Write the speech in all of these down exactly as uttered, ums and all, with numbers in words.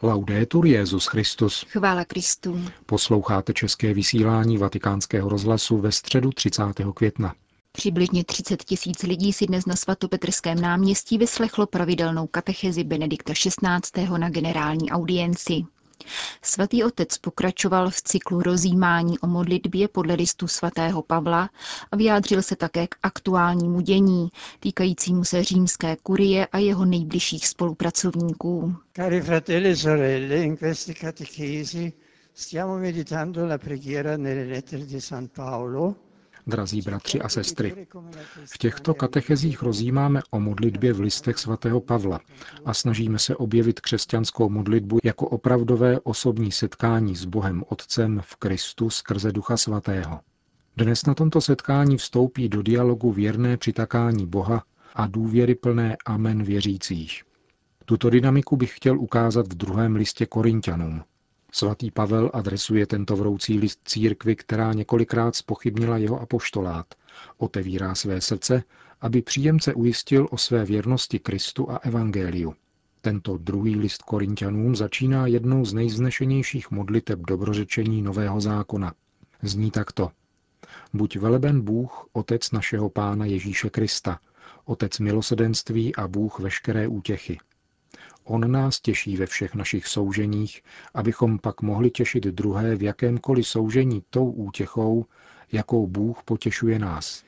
Laudetur Jesus Christus. Chvála Kristu. Posloucháte české vysílání Vatikánského rozhlasu ve středu třicátého května. Přibližně třicet tisíc lidí si dnes na svatopetrském náměstí vyslechlo pravidelnou katechezi Benedikta šestnáctého. na generální audienci. Svatý otec pokračoval v cyklu rozjímání o modlitbě podle listu svatého Pavla a vyjádřil se také k aktuálnímu dění, týkajícímu se římské kurie a jeho nejbližších spolupracovníků. Cari fratelli e sorelle, in queste catechesi stiamo meditando la preghiera nelle lettere di San Paolo. Drazí bratři a sestry, v těchto katechezích rozjímáme o modlitbě v listech svatého Pavla a snažíme se objevit křesťanskou modlitbu jako opravdové osobní setkání s Bohem Otcem v Kristu skrze Ducha Svatého. Dnes na tomto setkání vstoupí do dialogu věrné přitakání Boha a důvěryplné amen věřících. Tuto dynamiku bych chtěl ukázat v druhém listě Korinťanům. Svatý Pavel adresuje tento vroucí list církvi, která několikrát zpochybnila jeho apoštolát. Otevírá své srdce, aby příjemce ujistil o své věrnosti Kristu a evangeliu. Tento druhý list Korinťanům začíná jednou z nejvznešenějších modliteb dobrořečení Nového zákona. Zní takto. Buď veleben Bůh, Otec našeho Pána Ježíše Krista, Otec milosrdenství a Bůh veškeré útěchy. On nás těší ve všech našich souženích, abychom pak mohli těšit druhé v jakémkoliv soužení tou útěchou, jakou Bůh potěšuje nás.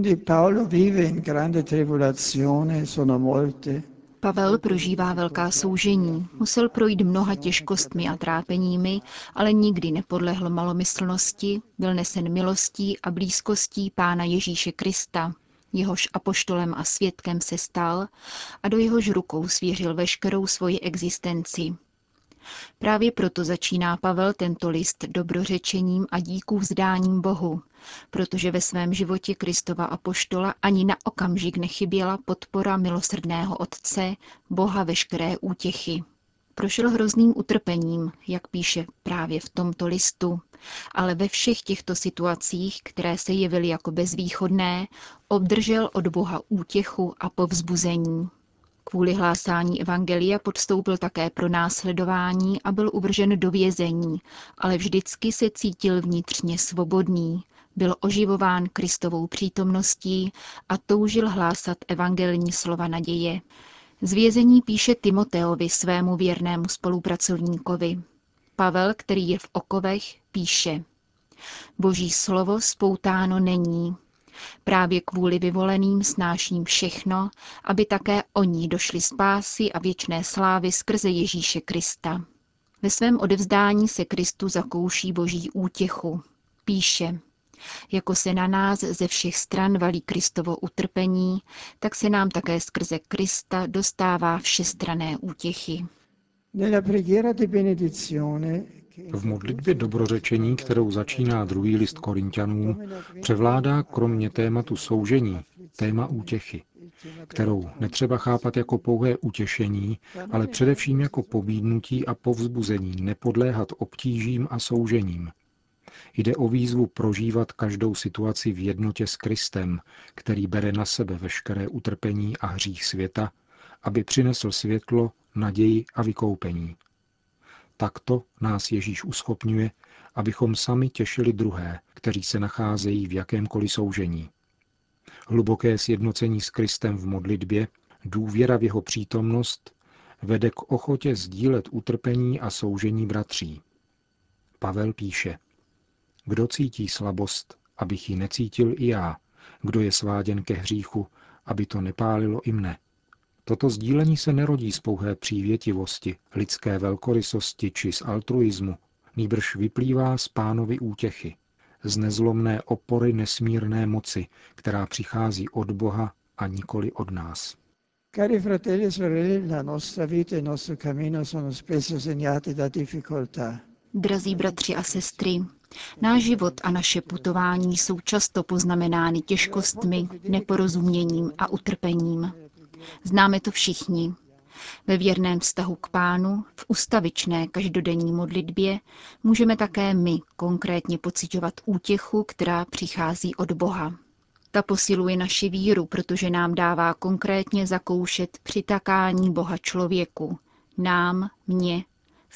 Pavel prožívá velká soužení, musel projít mnoha těžkostmi a trápeními, ale nikdy nepodlehl malomyslnosti, byl nesen milostí a blízkostí Pána Ježíše Krista. Jehož apoštolem a svědkem se stal a do jehož rukou svěřil veškerou svoji existenci. Právě proto začíná Pavel tento list dobrořečením a díků vzdáním Bohu, protože ve svém životě Kristova apoštola ani na okamžik nechyběla podpora milosrdného Otce, Boha veškeré útěchy. Prošel hrozným utrpením, jak píše právě v tomto listu, ale ve všech těchto situacích, které se jevily jako bezvýchodné, obdržel od Boha útěchu a povzbuzení. Kvůli hlásání evangelia podstoupil také pronásledování a byl uvržen do vězení, ale vždycky se cítil vnitřně svobodný, byl oživován Kristovou přítomností a toužil hlásat evangelní slova naděje. Z vězení píše Timoteovi, svému věrnému spolupracovníkovi. Pavel, který je v okovech, píše: Boží slovo spoutáno není. Právě kvůli vyvoleným snáším všechno, aby také oni došli spásy a věčné slávy skrze Ježíše Krista. Ve svém odevzdání se Kristu zakouší Boží útěchu. Píše: Jako se na nás ze všech stran valí Kristovo utrpení, tak se nám také skrze Krista dostává všestranné útěchy. V modlitbě dobrořečení, kterou začíná druhý list Korinťanům, převládá kromě tématu soužení téma útěchy, kterou netřeba chápat jako pouhé utěšení, ale především jako pobídnutí a povzbuzení nepodléhat obtížím a soužením. Jde o výzvu prožívat každou situaci v jednotě s Kristem, který bere na sebe veškeré utrpení a hřích světa, aby přinesl světlo, naději a vykoupení. Takto nás Ježíš uschopňuje, abychom sami těšili druhé, kteří se nacházejí v jakémkoliv soužení. Hluboké sjednocení s Kristem v modlitbě, důvěra v jeho přítomnost, vede k ochotě sdílet utrpení a soužení bratří. Pavel píše: Kdo cítí slabost, abych ji necítil i já, kdo je sváděn ke hříchu, aby to nepálilo i mne. Toto sdílení se nerodí z pouhé přívětivosti, lidské velkorysosti či z altruismu, nýbrž vyplývá z Pánovy útěchy, z nezlomné opory nesmírné moci, která přichází od Boha a nikoli od nás. Cari fratelli e sorelle, la nostra vita e il nostro cammino sono spesso segnati da difficoltà. Drazí bratři a sestry, náš život a naše putování jsou často poznamenány těžkostmi, neporozuměním a utrpením. Známe to všichni. Ve věrném vztahu k Pánu, v ustavičné každodenní modlitbě, můžeme také my konkrétně pociťovat útěchu, která přichází od Boha. Ta posiluje naši víru, protože nám dává konkrétně zakoušet přitakání Boha člověku, nám, mně,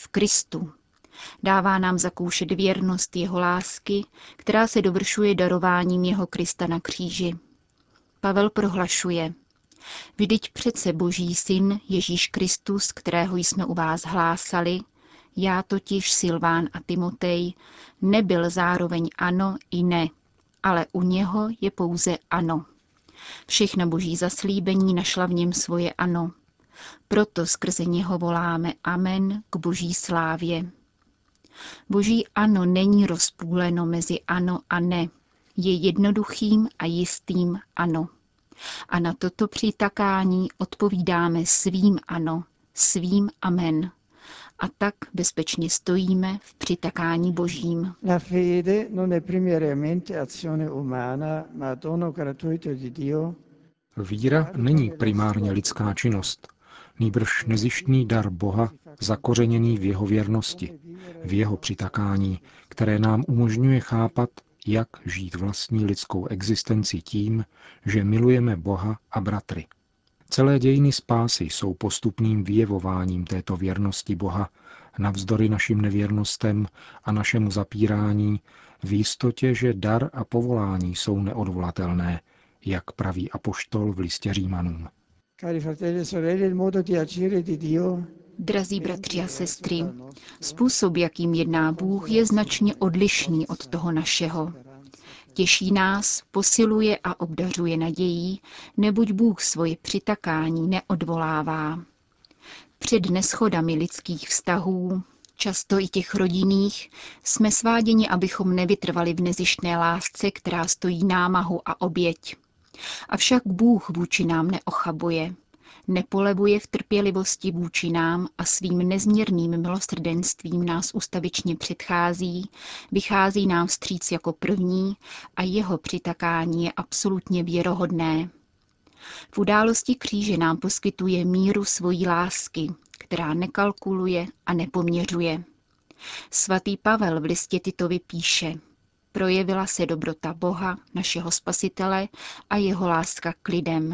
v Kristu. Dává nám zakoušet věrnost jeho lásky, která se dovršuje darováním jeho Krista na kříži. Pavel prohlašuje: Vždyť přece Boží syn Ježíš Kristus, kterého jsme u vás hlásali, já totiž Silván a Timotej, nebyl zároveň ano i ne, ale u něho je pouze ano. Všechna Boží zaslíbení našla v něm svoje ano. Proto skrze něho voláme amen k Boží slávě. Boží ano není rozpůleno mezi ano a ne. Je jednoduchým a jistým ano. A na toto přitakání odpovídáme svým ano, svým amen. A tak bezpečně stojíme v přitakání Božím. La fede non è primariamente azione umana, ma dono gratuito di Dio. Víra není primárně lidská činnost, nýbrž nezištný dar Boha, zakořeněný v jeho věrnosti, v jeho přitakání, které nám umožňuje chápat, jak žít vlastní lidskou existenci tím, že milujeme Boha a bratry. Celé dějiny spásy jsou postupným vyjevováním této věrnosti Boha, navzdory našim nevěrnostem a našemu zapírání, v jistotě, že dar a povolání jsou neodvolatelné, jak praví apoštol v listě Římanům. Drazí bratři a sestry, způsob, jakým jedná Bůh, je značně odlišný od toho našeho. Těší nás, posiluje a obdařuje nadějí, neboť Bůh svoje přitakání neodvolává. Před neschodami lidských vztahů, často i těch rodinných, jsme sváděni, abychom nevytrvali v nezištné lásce, která stojí námahu a oběť. Avšak Bůh vůči nám neochabuje. Nepolevuje v trpělivosti vůči nám a svým nezměrným milosrdenstvím nás ustavičně předchází, vychází nám vstříc jako první a jeho přitakání je absolutně věrohodné. V události kříže nám poskytuje míru svojí lásky, která nekalkuluje a nepoměřuje. Svatý Pavel v listě Titovi píše: Projevila se dobrota Boha, našeho Spasitele, a jeho láska k lidem.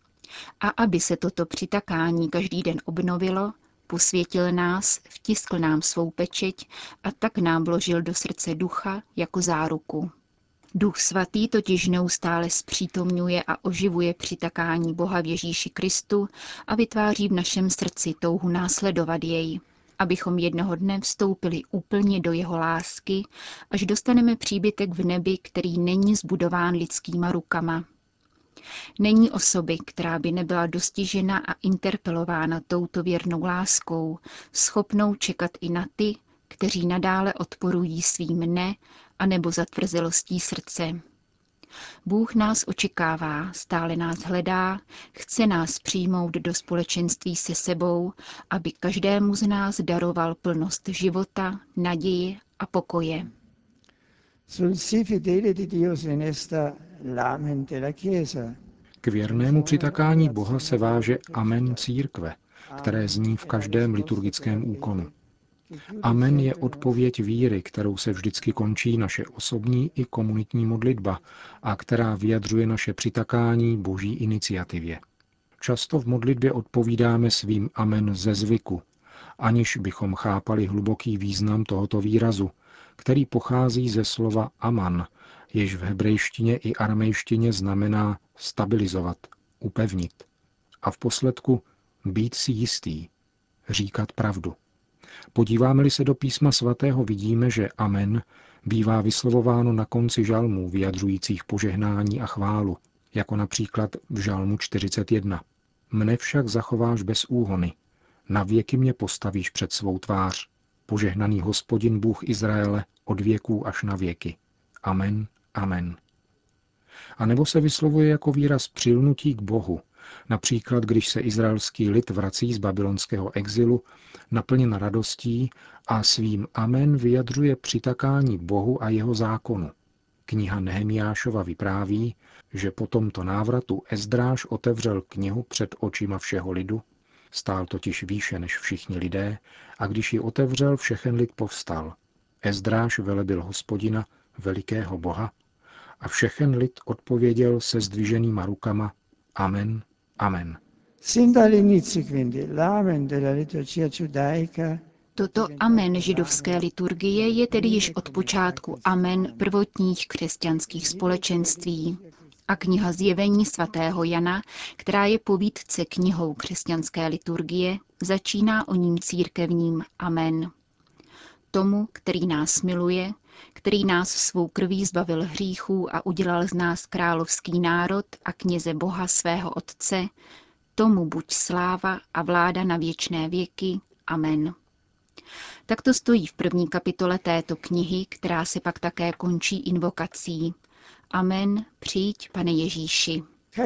A aby se toto přitakání každý den obnovilo, posvětil nás, vtiskl nám svou pečeť a tak nám vložil do srdce ducha jako záruku. Duch svatý totiž neustále zpřítomňuje a oživuje přitakání Boha v Ježíši Kristu a vytváří v našem srdci touhu následovat jej, abychom jednoho dne vstoupili úplně do jeho lásky, až dostaneme příbytek v nebi, který není zbudován lidskýma rukama. Není osoby, která by nebyla dostižena a interpelována touto věrnou láskou, schopnou čekat i na ty, kteří nadále odporují svým ne anebo zatvrzelostí srdce. Bůh nás očekává, stále nás hledá, chce nás přijmout do společenství se sebou, aby každému z nás daroval plnost života, naděje a pokoje. Sul sì fedele di Dio se innesta l'amen della Chiesa. K věrnému přitakání Boha se váže amen církve, které zní v každém liturgickém úkonu. Amen je odpověď víry, kterou se vždycky končí naše osobní i komunitní modlitba a která vyjadřuje naše přitakání Boží iniciativě. Často v modlitbě odpovídáme svým amen ze zvyku, aniž bychom chápali hluboký význam tohoto výrazu, který pochází ze slova aman, jež v hebrejštině i aramejštině znamená stabilizovat, upevnit a v posledku být si jistý, říkat pravdu. Podíváme-li se do písma svatého, vidíme, že amen bývá vyslovováno na konci žalmů vyjadřujících požehnání a chválu, jako například v žalmu čtyřicet jedna. Mne však zachováš bez úhony, na věky mě postavíš před svou tvář, požehnaný Hospodin Bůh Izraele od věků až na věky. Amen, amen. A nebo se vyslovuje jako výraz přilnutí k Bohu, například když se izraelský lid vrací z babylonského exilu, naplněn radostí a svým amen vyjadřuje přitakání Bohu a jeho zákonu. Kniha Nehemiášova vypráví, že po tomto návratu Ezdráš otevřel knihu před očima všeho lidu, stál totiž výše než všichni lidé, a když ji otevřel, všechen lid povstal. Ezdráš velebil Hospodina, velikého Boha, a všechen lid odpověděl se zdviženýma rukama Amen, amen. Sin dall'inizio quindi l'amen della liturgia giudaica Toto amen židovské liturgie je tedy již od počátku amen prvotních křesťanských společenství. A kniha Zjevení svatého Jana, která je povídce knihou křesťanské liturgie, začíná o ním církevním amen. Tomu, který nás miluje, který nás svou krví zbavil hříchů a udělal z nás královský národ a kněze Boha svého Otce, tomu buď sláva a vláda na věčné věky. Amen. Tak to stojí v první kapitole této knihy, která se pak také končí invokací. Amen, přijď, Pane Ježíši.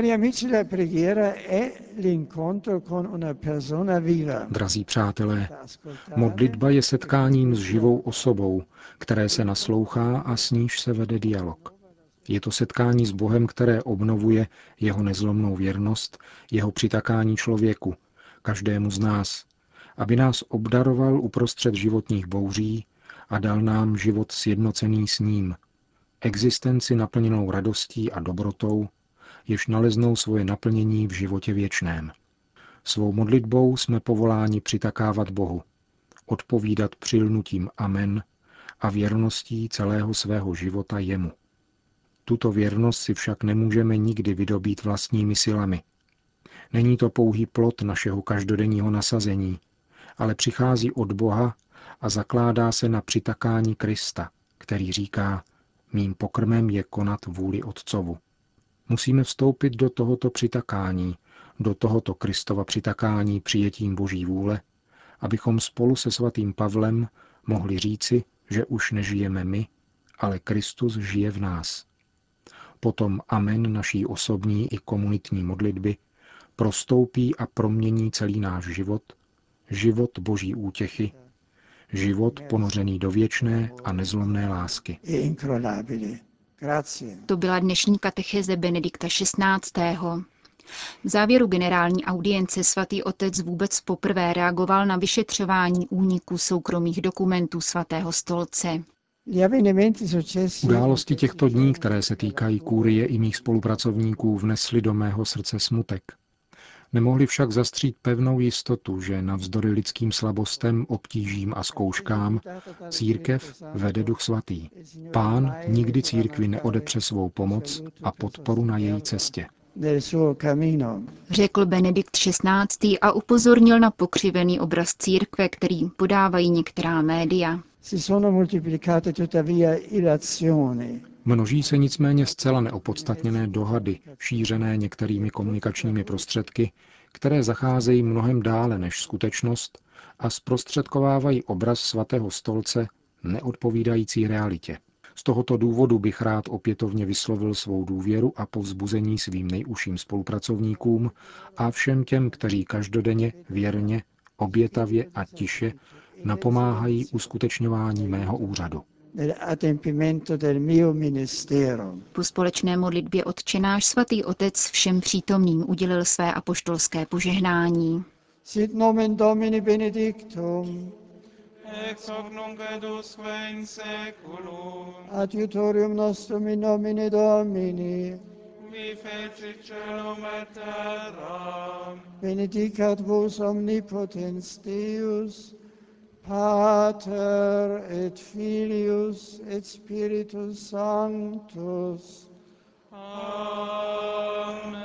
Drazí přátelé, modlitba je setkáním s živou osobou, které se naslouchá a s níž se vede dialog. Je to setkání s Bohem, které obnovuje jeho nezlomnou věrnost, jeho přitakání člověku, každému z nás, aby nás obdaroval uprostřed životních bouří a dal nám život sjednocený s ním, existenci naplněnou radostí a dobrotou, jež naleznou svoje naplnění v životě věčném. Svou modlitbou jsme povoláni přitakávat Bohu, odpovídat přilnutím amen a věrností celého svého života jemu. Tuto věrnost si však nemůžeme nikdy vydobít vlastními silami. Není to pouhý plod našeho každodenního nasazení, ale přichází od Boha a zakládá se na přitakání Krista, který říká, mým pokrmem je konat vůli Otcovu. Musíme vstoupit do tohoto přitakání, do tohoto Kristova přitakání přijetím Boží vůle, abychom spolu se svatým Pavlem mohli říci, že už nežijeme my, ale Kristus žije v nás. Potom amen naší osobní i komunitní modlitby prostoupí a promění celý náš život, život Boží útěchy, život ponořený do věčné a nezlomné lásky. To byla dnešní katecheze Benedikta šestnáctého. V závěru generální audience svatý otec vůbec poprvé reagoval na vyšetřování úniku soukromých dokumentů svatého stolce. Události těchto dní, které se týkají kúrie i mých spolupracovníků, vnesly do mého srdce smutek. Nemohli však zastřít pevnou jistotu, že navzdory lidským slabostem, obtížím a zkouškám církev vede Duch Svatý. Pán nikdy církvi neodepře svou pomoc a podporu na její cestě. Řekl Benedikt šestnáctý a upozornil na pokřivený obraz církve, který podávají některá média. Množí se nicméně zcela neopodstatněné dohady, šířené některými komunikačními prostředky, které zacházejí mnohem dále než skutečnost a zprostředkovávají obraz svatého stolce neodpovídající realitě. Z tohoto důvodu bych rád opětovně vyslovil svou důvěru a povzbuzení svým nejužším spolupracovníkům a všem těm, kteří každodenně, věrně, obětavě a tiše napomáhají uskutečňování mého úřadu. Po společné modlitbě Otčenáš svatý otec všem přítomným udělil své apoštolské požehnání. Sit nomen Domini benedictum, ex hoc nunc et usque in seculum, adiutorium nostrum in nomine Domini, qui fecit caelum et terram, benedicat vos omnipotens Deus, Pater et Filius et Spiritus Sanctus. Amen.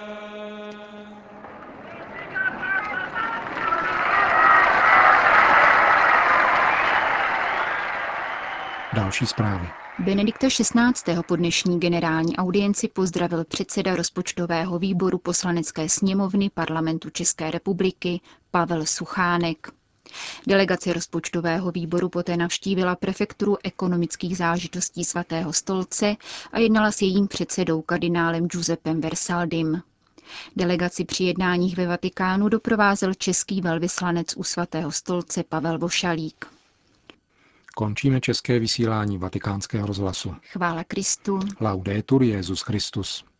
Další zprávy. Benedikta šestnáctého po dnešní generální audienci pozdravil předseda rozpočtového výboru Poslanecké sněmovny Parlamentu České republiky Pavel Suchánek. Delegace rozpočtového výboru poté navštívila prefekturu ekonomických záležitostí svatého stolce a jednala s jejím předsedou kardinálem Giuseppem Versaldim. Delegaci při jednáních ve Vatikánu doprovázel český velvyslanec u svatého stolce Pavel Vošalík. Končíme české vysílání Vatikánského rozhlasu. Chvála Kristu. Laudetur Jesus Christus.